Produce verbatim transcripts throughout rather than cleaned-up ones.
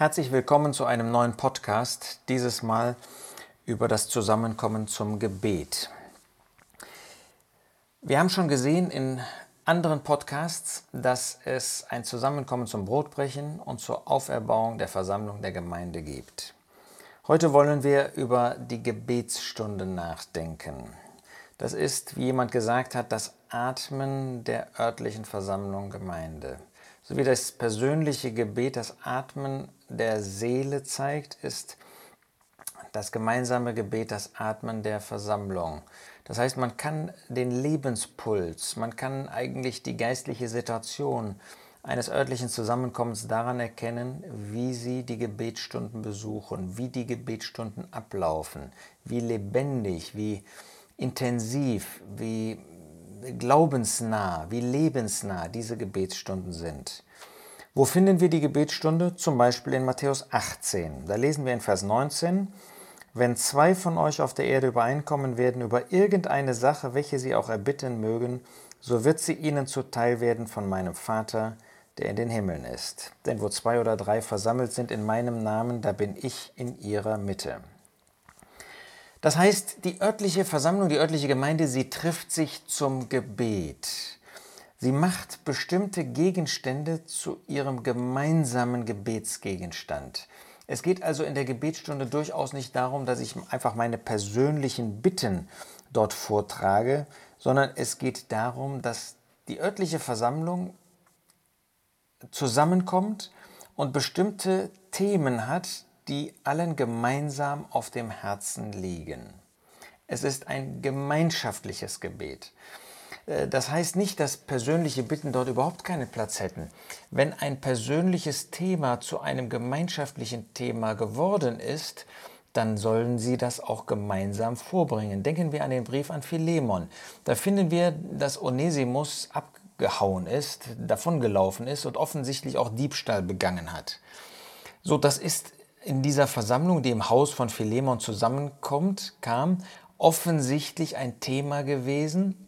Herzlich willkommen zu einem neuen Podcast, dieses Mal über das Zusammenkommen zum Gebet. Wir haben schon gesehen in anderen Podcasts, dass es ein Zusammenkommen zum Brotbrechen und zur Auferbauung der Versammlung der Gemeinde gibt. Heute wollen wir über die Gebetsstunde nachdenken. Das ist, wie jemand gesagt hat, das Atmen der örtlichen Versammlung Gemeinde. So wie das persönliche Gebet das Atmen der Seele zeigt, ist das gemeinsame Gebet das Atmen der Versammlung. Das heißt, man kann den Lebenspuls, man kann eigentlich die geistliche Situation eines örtlichen Zusammenkommens daran erkennen, wie sie die Gebetsstunden besuchen, wie die Gebetsstunden ablaufen, wie lebendig, wie intensiv, wie glaubensnah, wie lebensnah diese Gebetsstunden sind. Wo finden wir die Gebetsstunde? Zum Beispiel in Matthäus achtzehn. Da lesen wir in Vers neunzehn: Wenn zwei von euch auf der Erde übereinkommen werden über irgendeine Sache, welche sie auch erbitten mögen, so wird sie ihnen zuteil werden von meinem Vater, der in den Himmeln ist. Denn wo zwei oder drei versammelt sind in meinem Namen, da bin ich in ihrer Mitte. Das heißt, die örtliche Versammlung, die örtliche Gemeinde, sie trifft sich zum Gebet. Sie macht bestimmte Gegenstände zu ihrem gemeinsamen Gebetsgegenstand. Es geht also in der Gebetsstunde durchaus nicht darum, dass ich einfach meine persönlichen Bitten dort vortrage, sondern es geht darum, dass die örtliche Versammlung zusammenkommt und bestimmte Themen hat, die allen gemeinsam auf dem Herzen liegen. Es ist ein gemeinschaftliches Gebet. Das heißt nicht, dass persönliche Bitten dort überhaupt keinen Platz hätten. Wenn ein persönliches Thema zu einem gemeinschaftlichen Thema geworden ist, dann sollen sie das auch gemeinsam vorbringen. Denken wir an den Brief an Philemon. Da finden wir, dass Onesimus abgehauen ist, davongelaufen ist und offensichtlich auch Diebstahl begangen hat. So, das ist in dieser Versammlung, die im Haus von Philemon zusammenkommt, kam, offensichtlich ein Thema gewesen,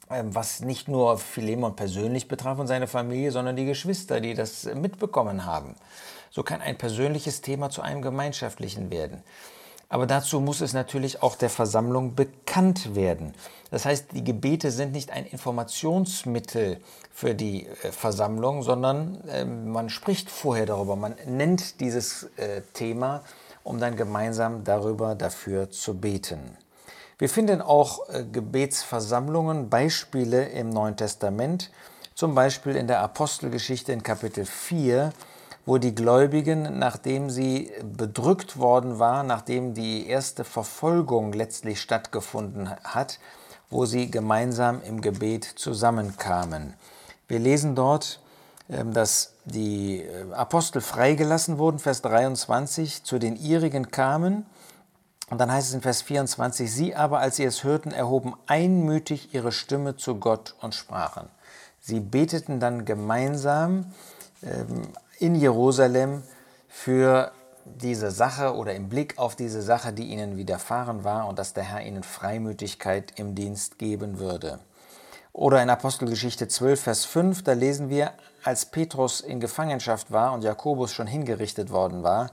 was nicht nur Philemon persönlich betraf und seine Familie, sondern die Geschwister, die das mitbekommen haben. So kann ein persönliches Thema zu einem gemeinschaftlichen werden. Aber dazu muss es natürlich auch der Versammlung bekannt werden. Das heißt, die Gebete sind nicht ein Informationsmittel für die äh, Versammlung, sondern äh, man spricht vorher darüber, man nennt dieses äh, Thema, um dann gemeinsam darüber dafür zu beten. Wir finden auch äh, Gebetsversammlungen, Beispiele im Neuen Testament, zum Beispiel in der Apostelgeschichte in Kapitel vier, wo die Gläubigen, nachdem sie bedrückt worden waren, nachdem die erste Verfolgung letztlich stattgefunden hat, wo sie gemeinsam im Gebet zusammenkamen. Wir lesen dort, dass die Apostel freigelassen wurden, Vers dreiundzwanzig, zu den ihrigen kamen. Und dann heißt es in Vers vierundzwanzig, sie aber, als sie es hörten, erhoben einmütig ihre Stimme zu Gott und sprachen. Sie beteten dann gemeinsam ähm, in Jerusalem für diese Sache oder im Blick auf diese Sache, die ihnen widerfahren war und dass der Herr ihnen Freimütigkeit im Dienst geben würde. Oder in Apostelgeschichte zwölf, Vers fünf, da lesen wir, als Petrus in Gefangenschaft war und Jakobus schon hingerichtet worden war,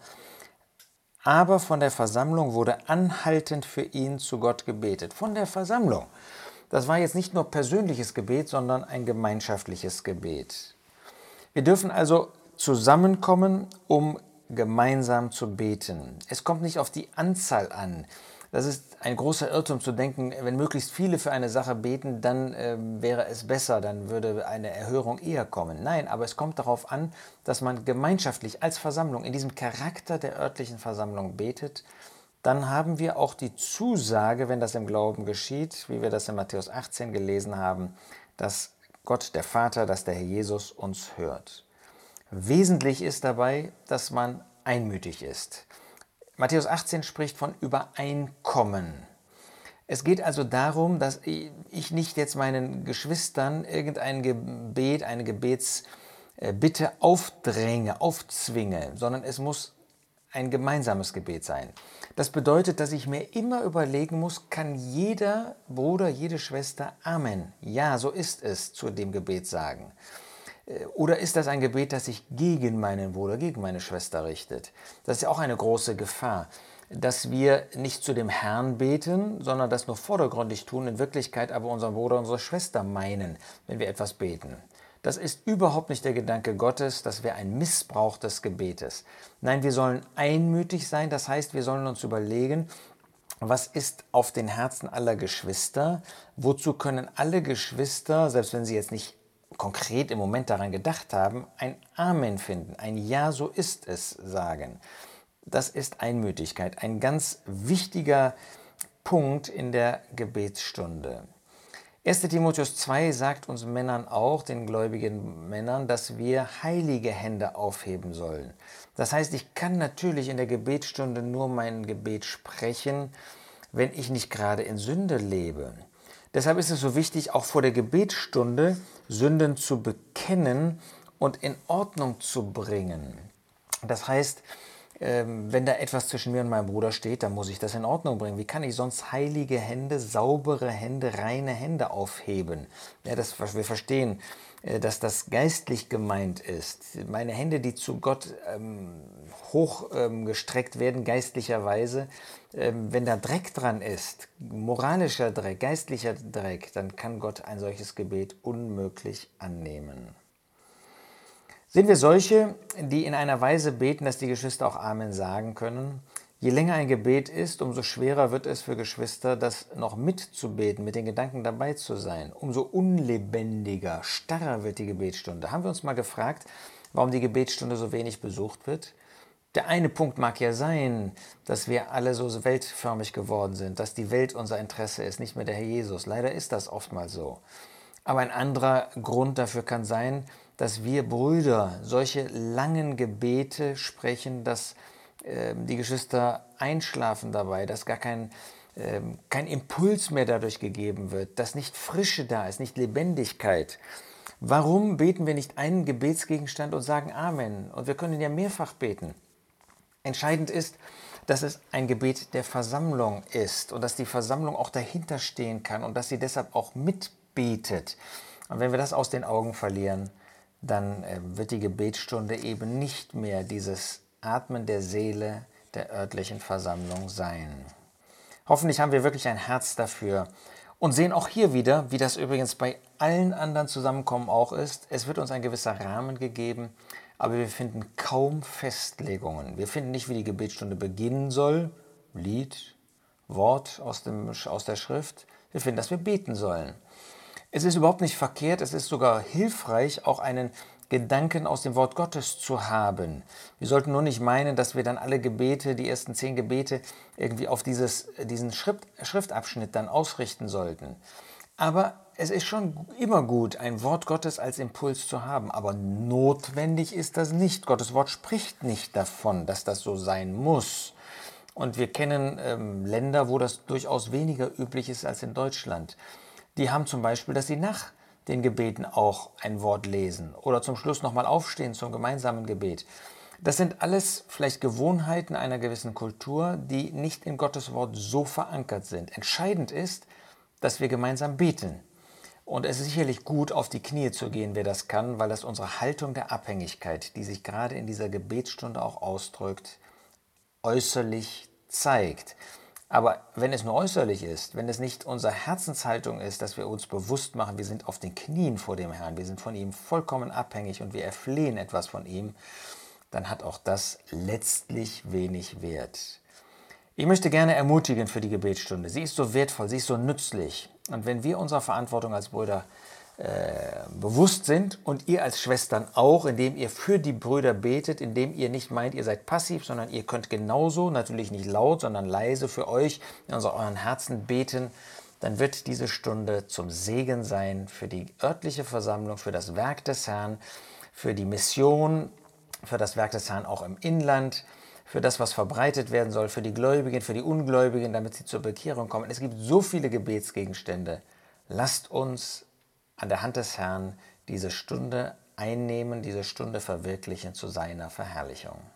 aber von der Versammlung wurde anhaltend für ihn zu Gott gebetet. Von der Versammlung. Das war jetzt nicht nur persönliches Gebet, sondern ein gemeinschaftliches Gebet. Wir dürfen also zusammenkommen, um gemeinsam zu beten. Es kommt nicht auf die Anzahl an. Das ist ein großer Irrtum zu denken, wenn möglichst viele für eine Sache beten, dann äh, wäre es besser, dann würde eine Erhörung eher kommen. Nein, aber es kommt darauf an, dass man gemeinschaftlich als Versammlung in diesem Charakter der örtlichen Versammlung betet. Dann haben wir auch die Zusage, wenn das im Glauben geschieht, wie wir das in Matthäus achtzehn gelesen haben, dass Gott, der Vater, dass der Herr Jesus uns hört. Wesentlich ist dabei, dass man einmütig ist. Matthäus achtzehn spricht von Übereinkommen. Es geht also darum, dass ich nicht jetzt meinen Geschwistern irgendein Gebet, eine Gebetsbitte aufdränge, aufzwinge, sondern es muss ein gemeinsames Gebet sein. Das bedeutet, dass ich mir immer überlegen muss, kann jeder Bruder, jede Schwester Amen, ja, so ist es, zu dem Gebet sagen. Oder ist das ein Gebet, das sich gegen meinen Bruder, gegen meine Schwester richtet? Das ist ja auch eine große Gefahr, dass wir nicht zu dem Herrn beten, sondern das nur vordergründig tun, in Wirklichkeit aber unseren Bruder, unsere Schwester meinen, wenn wir etwas beten. Das ist überhaupt nicht der Gedanke Gottes, das wäre ein Missbrauch des Gebetes. Nein, wir sollen einmütig sein, das heißt, wir sollen uns überlegen, was ist auf den Herzen aller Geschwister? Wozu können alle Geschwister, selbst wenn sie jetzt nicht konkret im Moment daran gedacht haben, ein Amen finden, ein Ja, so ist es sagen? Das ist Einmütigkeit, ein ganz wichtiger Punkt in der Gebetsstunde. erster Timotheus zwei sagt uns Männern auch, den gläubigen Männern, dass wir heilige Hände aufheben sollen. Das heißt, ich kann natürlich in der Gebetsstunde nur mein Gebet sprechen, wenn ich nicht gerade in Sünde lebe. Deshalb ist es so wichtig, auch vor der Gebetsstunde Sünden zu bekennen und in Ordnung zu bringen. Das heißt, wenn da etwas zwischen mir und meinem Bruder steht, dann muss ich das in Ordnung bringen. Wie kann ich sonst heilige Hände, saubere Hände, reine Hände aufheben? Ja, das, wir verstehen, dass das geistlich gemeint ist. Meine Hände, die zu Gott ähm, hochgestreckt ähm, werden, geistlicherweise, ähm, wenn da Dreck dran ist, moralischer Dreck, geistlicher Dreck, dann kann Gott ein solches Gebet unmöglich annehmen. Sind wir solche, die in einer Weise beten, dass die Geschwister auch Amen sagen können? Je länger ein Gebet ist, umso schwerer wird es für Geschwister, das noch mitzubeten, mit den Gedanken dabei zu sein. Umso unlebendiger, starrer wird die Gebetsstunde. Haben wir uns mal gefragt, warum die Gebetsstunde so wenig besucht wird? Der eine Punkt mag ja sein, dass wir alle so weltförmig geworden sind, dass die Welt unser Interesse ist, nicht mehr der Herr Jesus. Leider ist das oftmals so. Aber ein anderer Grund dafür kann sein, dass wir Brüder solche langen Gebete sprechen, dass äh, die Geschwister einschlafen dabei, dass gar kein, äh, kein Impuls mehr dadurch gegeben wird, dass nicht Frische da ist, nicht Lebendigkeit. Warum beten wir nicht einen Gebetsgegenstand und sagen Amen? Und wir können ja mehrfach beten. Entscheidend ist, dass es ein Gebet der Versammlung ist und dass die Versammlung auch dahinter stehen kann und dass sie deshalb auch mitbetet. Und wenn wir das aus den Augen verlieren, dann wird die Gebetsstunde eben nicht mehr dieses Atmen der Seele der örtlichen Versammlung sein. Hoffentlich haben wir wirklich ein Herz dafür und sehen auch hier wieder, wie das übrigens bei allen anderen Zusammenkommen auch ist. Es wird uns ein gewisser Rahmen gegeben, aber wir finden kaum Festlegungen. Wir finden nicht, wie die Gebetsstunde beginnen soll, Lied, Wort aus, dem, aus der Schrift. Wir finden, dass wir beten sollen. Es ist überhaupt nicht verkehrt, es ist sogar hilfreich, auch einen Gedanken aus dem Wort Gottes zu haben. Wir sollten nur nicht meinen, dass wir dann alle Gebete, die ersten zehn Gebete, irgendwie auf dieses, diesen Schrift, Schriftabschnitt dann ausrichten sollten. Aber es ist schon immer gut, ein Wort Gottes als Impuls zu haben. Aber notwendig ist das nicht. Gottes Wort spricht nicht davon, dass das so sein muss. Und wir kennen ähm, Länder, wo das durchaus weniger üblich ist als in Deutschland. Die haben zum Beispiel, dass sie nach den Gebeten auch ein Wort lesen oder zum Schluss nochmal aufstehen zum gemeinsamen Gebet. Das sind alles vielleicht Gewohnheiten einer gewissen Kultur, die nicht in Gottes Wort so verankert sind. Entscheidend ist, dass wir gemeinsam beten. Und es ist sicherlich gut, auf die Knie zu gehen, wer das kann, weil das unsere Haltung der Abhängigkeit, die sich gerade in dieser Gebetsstunde auch ausdrückt, äußerlich zeigt. Aber wenn es nur äußerlich ist, wenn es nicht unsere Herzenshaltung ist, dass wir uns bewusst machen, wir sind auf den Knien vor dem Herrn, wir sind von ihm vollkommen abhängig und wir erflehen etwas von ihm, dann hat auch das letztlich wenig Wert. Ich möchte gerne ermutigen für die Gebetsstunde. Sie ist so wertvoll, sie ist so nützlich. Und wenn wir unserer Verantwortung als Brüder äh, bewusst sind und ihr als Schwestern auch, indem ihr für die Brüder betet, indem ihr nicht meint, ihr seid passiv, sondern ihr könnt genauso, natürlich nicht laut, sondern leise für euch in euren Herzen beten, dann wird diese Stunde zum Segen sein für die örtliche Versammlung, für das Werk des Herrn, für die Mission, für das Werk des Herrn auch im Inland, für das, was verbreitet werden soll, für die Gläubigen, für die Ungläubigen, damit sie zur Bekehrung kommen. Es gibt so viele Gebetsgegenstände. Lasst uns an der Hand des Herrn diese Stunde einnehmen, diese Stunde verwirklichen zu seiner Verherrlichung.